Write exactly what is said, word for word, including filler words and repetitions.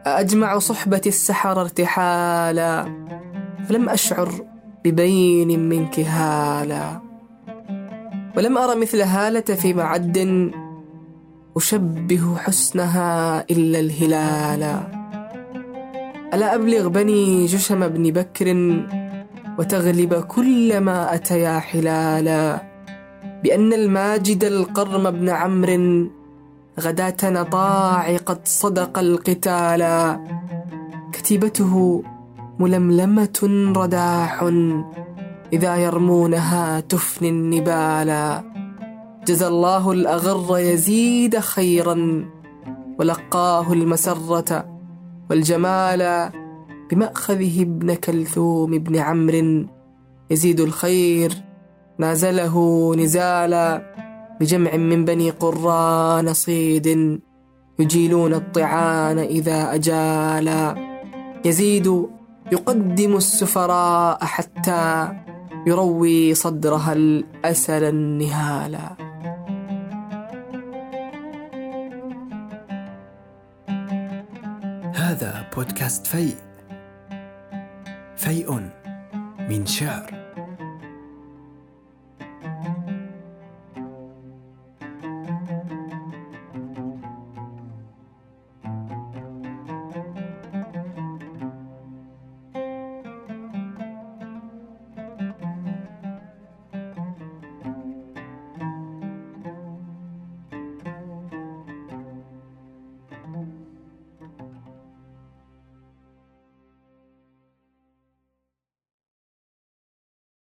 أجمع صحبة السحر ارتحالا، فلم أشعر ببين منك هالا، ولم أر مثل هالة في معد أشبه حسنها إلا الهلالا. ألا أبلغ بني جشم بن بكر وتغلب كل ما أتيا حلالا، بأن الماجد القرم بن عمرو غداة نطاع قد صدق القتالا. كتيبته ململمة رداح إذا يرمونها تفني النبالا. جزى الله الأغر يزيد خيرا، ولقاه المسرة والجمال، بمأخذه ابن كلثوم بن عمرو يزيد الخير نازله نزالا. بجمع من بني قران صيد يجيلون الطعان إذا أجالا. يزيد يقدم السفراء حتى يروي صدرها الأسل النهالا. هذا بودكاست فيء، فيء من شعر.